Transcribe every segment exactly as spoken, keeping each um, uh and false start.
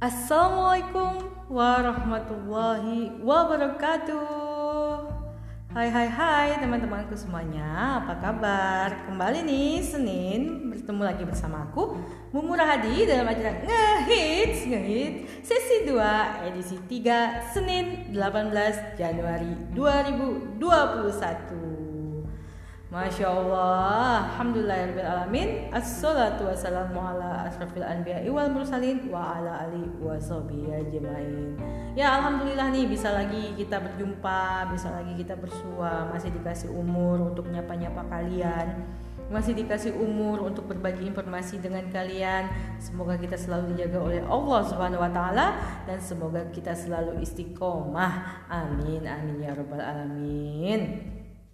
Assalamualaikum warahmatullahi wabarakatuh. Hai hai hai teman-temanku semuanya, apa kabar? Kembali nih Senin bertemu lagi bersama aku Mumu Rahadi dalam acara Ngehits Ngehits sesi dua edisi tiga Senin delapan belas Januari dua ribu dua puluh satu. Masya Allah, alhamdulillahirrahmanirrahim. Assalatu wassalamu ala asrafil anbiya'i wal mursalin wa ala ali wa sahbihi ajmain. Ya alhamdulillah nih bisa lagi kita berjumpa, bisa lagi kita bersua, masih dikasih umur untuk nyapa-nyapa kalian, masih dikasih umur untuk berbagi informasi dengan kalian. Semoga kita selalu dijaga oleh Allah Subhanahu wa taala dan semoga kita selalu istiqomah. Amin amin ya rabbal alamin.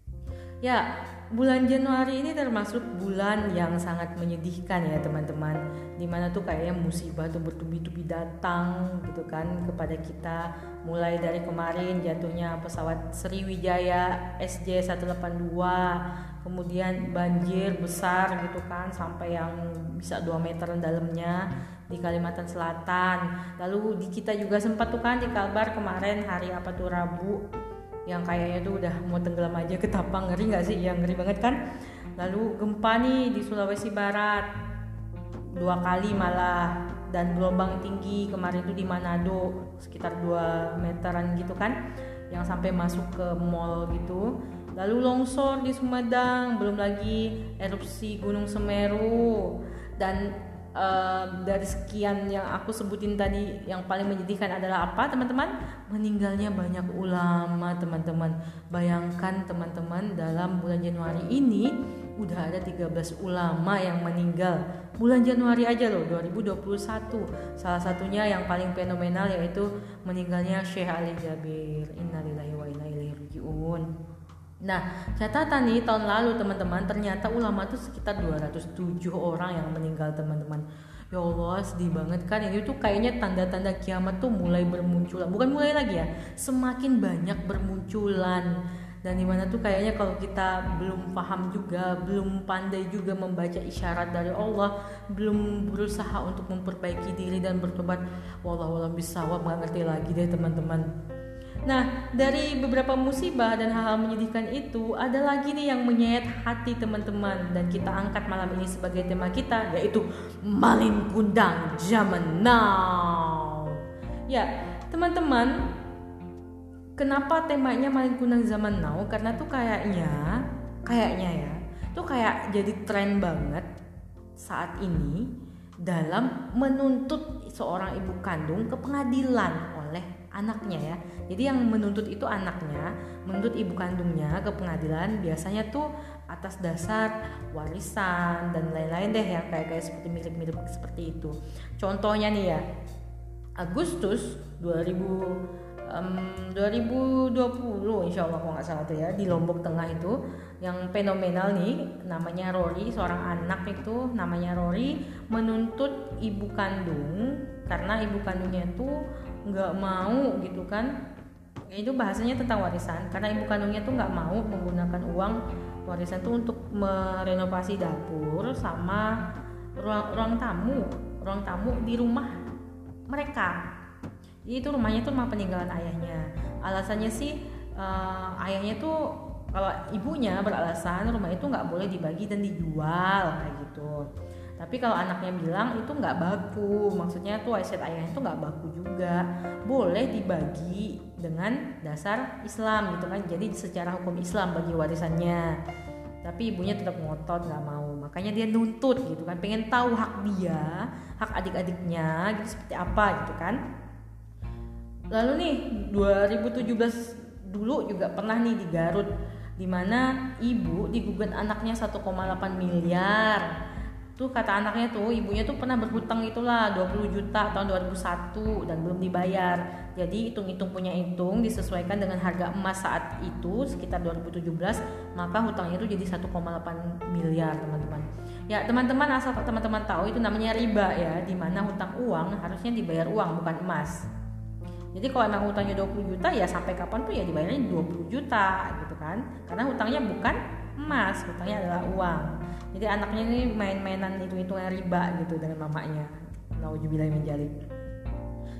Ya, bulan Januari ini termasuk bulan yang sangat menyedihkan ya teman-teman. Dimana tuh kayaknya musibah tuh bertubi-tubi datang gitu kan kepada kita. Mulai dari kemarin jatuhnya pesawat Sriwijaya S J seratus delapan puluh dua, kemudian banjir besar gitu kan sampai yang bisa dua meter dalamnya di Kalimantan Selatan. Lalu di kita juga sempat tuh kan di kabar kemarin hari apa tuh Rabu yang kayaknya tuh udah mau tenggelam aja ke Tapang, ngeri nggak sih? Yang ngeri banget kan. Lalu gempa nih di Sulawesi Barat dua kali malah, dan gelombang tinggi kemarin tuh di Manado sekitar dua meteran gitu kan, yang sampai masuk ke mall gitu. Lalu longsor di Sumedang, belum lagi erupsi Gunung Semeru. Dan Uh, dari sekian yang aku sebutin tadi, yang paling menyedihkan adalah apa teman-teman? Meninggalnya banyak ulama teman-teman. Bayangkan teman-teman, dalam bulan Januari ini udah ada tiga belas ulama yang meninggal. Bulan Januari aja loh, dua ribu dua puluh satu. Salah satunya yang paling fenomenal yaitu meninggalnya Syekh Ali Jabir. Innalillahi wa inna ilaihi raji'un. Nah, catatan nih tahun lalu teman-teman, ternyata ulama tuh sekitar dua ratus tujuh orang yang meninggal teman-teman. Ya Allah, sedih banget kan. Ini tuh kayaknya tanda-tanda kiamat tuh mulai bermunculan. Bukan mulai lagi ya, semakin banyak bermunculan. Dan dimana tuh kayaknya kalau kita belum paham juga, belum pandai juga membaca isyarat dari Allah, belum berusaha untuk memperbaiki diri dan bertobat, wallahu a'lam bishawab, gak ngerti lagi deh teman-teman. Nah, dari beberapa musibah dan hal-hal menyedihkan itu, ada lagi nih yang menyayat hati teman-teman, dan kita angkat malam ini sebagai tema kita, yaitu Malin Kundang Zaman Now. Ya, teman-teman, kenapa temanya Malin Kundang Zaman Now? Karena tuh kayaknya, kayaknya ya, tuh kayak jadi tren banget saat ini dalam menuntut seorang ibu kandung ke pengadilan oleh anaknya ya. Jadi yang menuntut itu anaknya, menuntut ibu kandungnya ke pengadilan, biasanya tuh atas dasar warisan dan lain-lain deh, yang kayak kayak seperti mirip-mirip seperti itu. Contohnya nih ya, Agustus dua ribu dua puluh insya Allah kalau nggak salah tuh ya, di Lombok Tengah itu yang fenomenal nih, namanya Rory, seorang anak itu namanya Rory menuntut ibu kandung karena ibu kandungnya tuh nggak mau gitu kan. Itu bahasanya tentang warisan, karena ibu kandungnya tuh nggak mau menggunakan uang warisan tuh untuk merenovasi dapur sama ruang ruang tamu ruang tamu di rumah mereka. Jadi itu rumahnya tuh rumah peninggalan ayahnya. Alasannya sih uh, ayahnya tuh, kalau ibunya beralasan rumah itu nggak boleh dibagi dan dijual kayak gitu. Tapi kalau anaknya bilang itu nggak baku, maksudnya tuh aset ayahnya tuh nggak baku juga, boleh dibagi dengan dasar Islam gitu kan. Jadi secara hukum Islam bagi warisannya. Tapi ibunya tetap ngotot nggak mau, makanya dia nuntut gitu kan, pengen tahu hak dia, hak adik-adiknya gitu seperti apa gitu kan. Lalu nih dua ribu tujuh belas dulu juga pernah nih di Garut, dimana ibu digugat anaknya satu koma delapan miliar. Tuh kata anaknya tuh, ibunya tuh pernah berhutang itulah dua puluh juta tahun dua ribu satu dan belum dibayar. Jadi hitung-hitung punya hitung disesuaikan dengan harga emas saat itu sekitar dua ribu tujuh belas, maka hutangnya itu jadi satu koma delapan miliar teman-teman. Ya teman-teman, asal teman-teman tahu itu namanya riba ya, dimana hutang uang harusnya dibayar uang bukan emas. Jadi kalau emang hutangnya dua puluh juta ya sampai kapan tuh ya dibayarnya dua puluh juta gitu kan. Karena hutangnya bukan emas, hutangnya adalah uang. Jadi anaknya ini main-mainan hitung-hitungan riba gitu dengan mamanya. Nauzubillah min dzalik.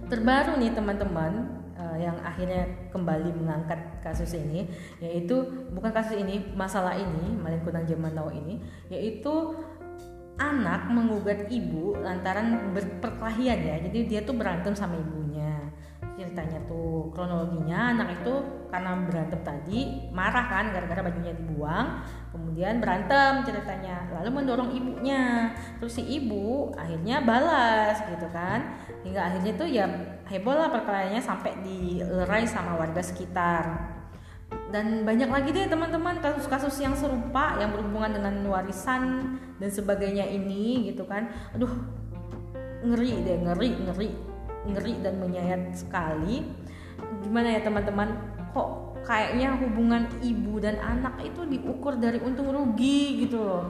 terbaru nih teman-teman, uh, yang akhirnya kembali mengangkat kasus ini, yaitu bukan kasus ini, masalah ini, Malin Kundang zaman now ini, yaitu anak menggugat ibu lantaran berperkelahian ya. Jadi dia tuh berantem sama ibunya. Ceritanya tuh kronologinya, anak itu karena berantem tadi marah kan gara-gara bajunya dibuang, kemudian berantem ceritanya, lalu mendorong ibunya, terus si ibu akhirnya balas gitu kan, hingga akhirnya tuh ya heboh lah perkelahiannya sampai dilerai sama warga sekitar. Dan banyak lagi deh teman-teman kasus-kasus yang serupa yang berhubungan dengan warisan dan sebagainya ini gitu kan. Aduh, ngeri deh, ngeri, ngeri, ngeri dan menyayat sekali. Gimana ya teman-teman? Kok kayaknya hubungan ibu dan anak itu diukur dari untung rugi gitu loh.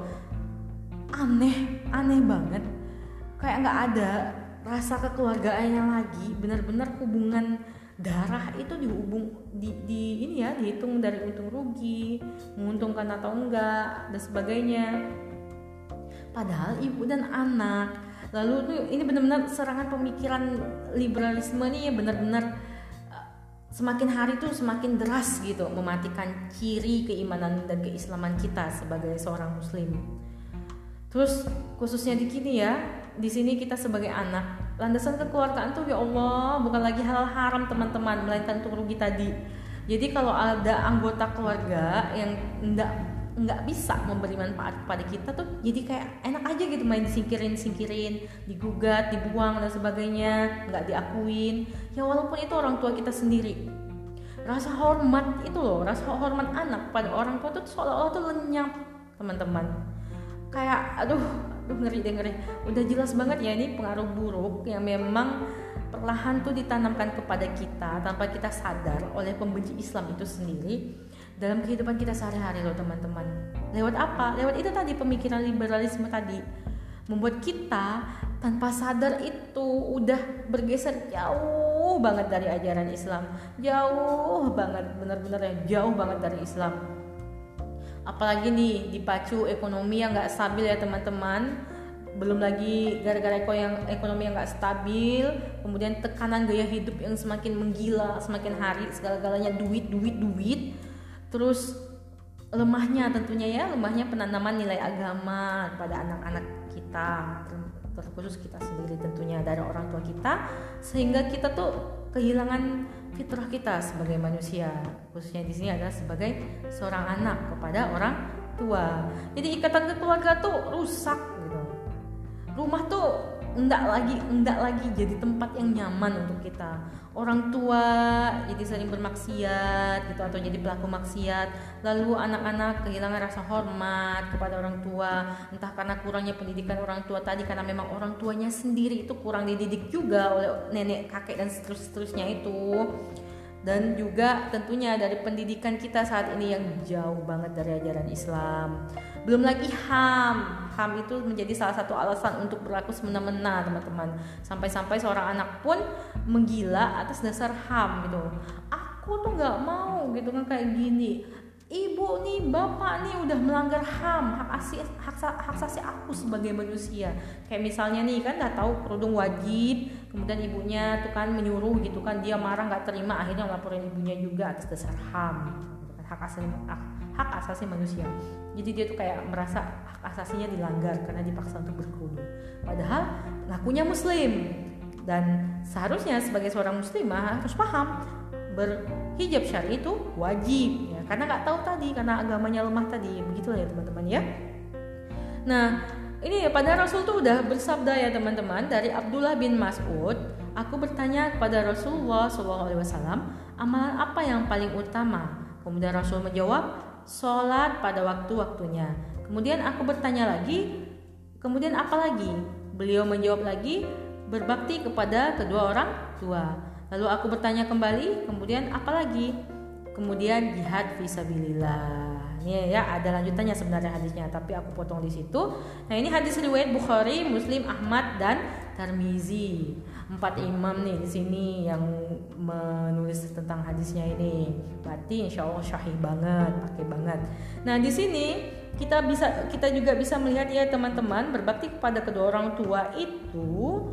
Aneh, aneh banget. Kayak nggak ada rasa kekeluargaannya lagi. Benar-benar hubungan darah itu dihubung di, di ini ya dihitung dari untung rugi, menguntungkan atau enggak dan sebagainya. Padahal ibu dan anak. Lalu tuh ini benar-benar serangan pemikiran liberalisme nih ya, benar-benar semakin hari tuh semakin deras gitu, mematikan ciri keimanan dan keislaman kita sebagai seorang muslim. Terus khususnya di sini ya, di sini kita sebagai anak, landasan kekeluargaan tuh ya Allah bukan lagi hal haram teman-teman, melainkan untung rugi tadi. Jadi kalau ada anggota keluarga yang enggak nggak bisa memberi manfaat kepada kita tuh jadi kayak enak aja gitu, main disingkirin singkirin digugat, dibuang dan sebagainya, nggak diakuin ya, walaupun itu orang tua kita sendiri. Rasa hormat itu loh, rasa hormat anak pada orang tua tuh seolah-olah tuh lenyap teman-teman. Kayak aduh aduh ngeri deh, ngeri. Udah jelas banget ya ini pengaruh buruk yang memang perlahan tuh ditanamkan kepada kita tanpa kita sadar oleh pembenci Islam itu sendiri dalam kehidupan kita sehari-hari loh teman-teman. Lewat apa? Lewat itu tadi, pemikiran liberalisme tadi, membuat kita tanpa sadar itu udah bergeser jauh banget dari ajaran Islam, jauh banget, benar-benar ya jauh banget dari Islam. Apalagi nih dipacu ekonomi yang nggak stabil ya teman-teman, belum lagi gara-gara ekonomi yang nggak stabil, kemudian tekanan gaya hidup yang semakin menggila semakin hari, segala-galanya duit, duit, duit. Terus lemahnya tentunya ya, lemahnya penanaman nilai agama pada anak-anak kita, terkhusus kita sendiri tentunya dari orang tua kita, sehingga kita tuh kehilangan fitrah kita sebagai manusia, khususnya di sini adalah sebagai seorang anak kepada orang tua. Jadi ikatan keluarga tuh rusak gitu. Rumah tuh enggak lagi enggak lagi jadi tempat yang nyaman untuk kita. Orang tua jadi sering bermaksiat gitu atau jadi pelaku maksiat. Lalu anak-anak kehilangan rasa hormat kepada orang tua, entah karena kurangnya pendidikan orang tua tadi, karena memang orang tuanya sendiri itu kurang dididik juga oleh nenek, kakek dan seterusnya itu. Dan juga tentunya dari pendidikan kita saat ini yang jauh banget dari ajaran Islam. Belum lagi H A M. H A M itu menjadi salah satu alasan untuk berlaku semena-mena teman-teman. Sampai-sampai seorang anak pun menggila atas dasar H A M gitu. Aku tuh gak mau gitu kan kayak gini. Ibu nih, bapak nih udah melanggar H A M, hak asasi, hak, hak asasi aku sebagai manusia. Kayak misalnya nih kan udah tahu kerudung wajib, kemudian ibunya tuh kan menyuruh gitu kan, dia marah nggak terima, akhirnya ngelaporin ibunya juga atas dasar H A M, hak asasi hak asasi manusia. Jadi dia tuh kayak merasa hak asasinya dilanggar karena dipaksa untuk berkerudung. Padahal ngakunya muslim, dan seharusnya sebagai seorang muslimah harus paham berhijab syar'i itu wajib ya, karena nggak tahu tadi, karena agamanya lemah tadi, begitulah ya teman-teman ya. Nah ini ya, pada Rasul tuh udah bersabda ya teman-teman, dari Abdullah bin Mas'ud, aku bertanya kepada Rasulullah shallallahu alaihi wasallam, amalan apa yang paling utama? Kemudian Rasul menjawab, sholat pada waktu-waktunya. Kemudian aku bertanya lagi, kemudian apa lagi? Beliau menjawab lagi, berbakti kepada kedua orang tua. Lalu aku bertanya kembali, kemudian apa lagi? Kemudian jihad fisabilillah. Ini ya ada lanjutannya sebenarnya hadisnya, tapi aku potong di situ. Nah ini hadis riwayat Bukhari, Muslim, Ahmad dan Tirmizi. Empat imam nih di sini yang menulis tentang hadisnya ini. Berarti insya Allah syahih banget, pakai banget. Nah di sini kita bisa kita juga bisa melihat ya teman-teman, berbakti kepada kedua orang tua itu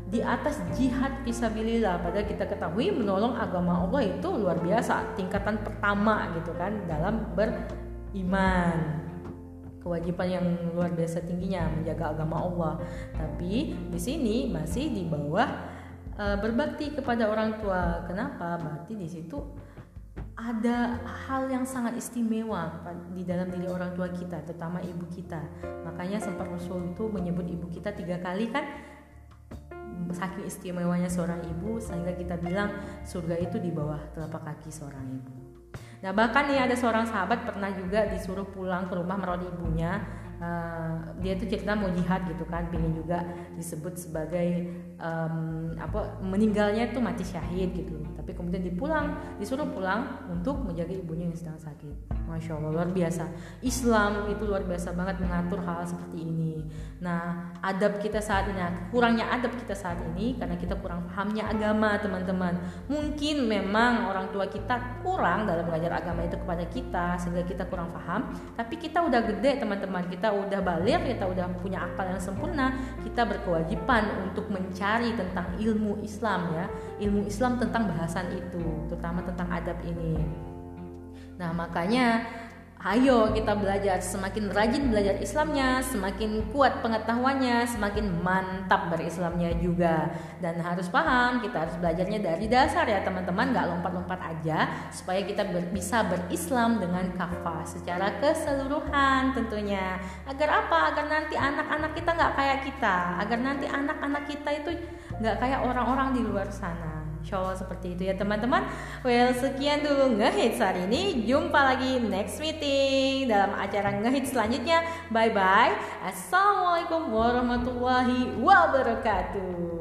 di atas jihad fisabilillah. Padahal kita ketahui menolong agama Allah itu luar biasa, tingkatan pertama gitu kan dalam beriman. Kewajiban yang luar biasa tingginya menjaga agama Allah. Tapi di sini masih di bawah e, berbakti kepada orang tua. Kenapa? Berarti di situ ada hal yang sangat istimewa di dalam diri orang tua kita, terutama ibu kita. Makanya sempat Rasul itu menyebut ibu kita tiga kali kan, saking istimewanya seorang ibu sehingga kita bilang surga itu di bawah telapak kaki seorang ibu. Nah bahkan nih ada seorang sahabat pernah juga disuruh pulang ke rumah merawat ibunya. Uh, dia tuh cerita mau jihad gitu kan, pengen juga disebut sebagai um, apa meninggalnya tuh mati syahid gitu. Tapi kemudian dipulang, disuruh pulang untuk menjaga ibunya yang sedang sakit. Masya Allah, luar biasa. Islam itu luar biasa banget mengatur hal seperti ini. Nah, adab kita saat ini, kurangnya adab kita saat ini karena kita kurang pahamnya agama, teman-teman. Mungkin memang orang tua kita kurang dalam mengajar agama itu kepada kita sehingga kita kurang paham. Tapi kita udah gede, teman-teman. Kita udah balik, kita udah punya akal yang sempurna. Kita berkewajiban untuk mencari tentang ilmu Islam ya, ilmu Islam tentang bahasan itu, terutama tentang adab ini. Nah makanya ayo kita belajar, semakin rajin belajar Islamnya, semakin kuat pengetahuannya, semakin mantap berislamnya juga. Dan harus paham, kita harus belajarnya dari dasar ya teman-teman, gak lompat-lompat aja, supaya kita ber- bisa berislam dengan kafah secara keseluruhan tentunya. Agar apa? Agar nanti anak-anak kita gak kayak kita, agar nanti anak-anak kita itu gak kayak orang-orang di luar sana. Insya Allah seperti itu ya teman-teman. Well, sekian dulu Ngehits hari ini. Jumpa lagi next meeting dalam acara Ngehits selanjutnya. Bye bye. Assalamualaikum warahmatullahi wabarakatuh.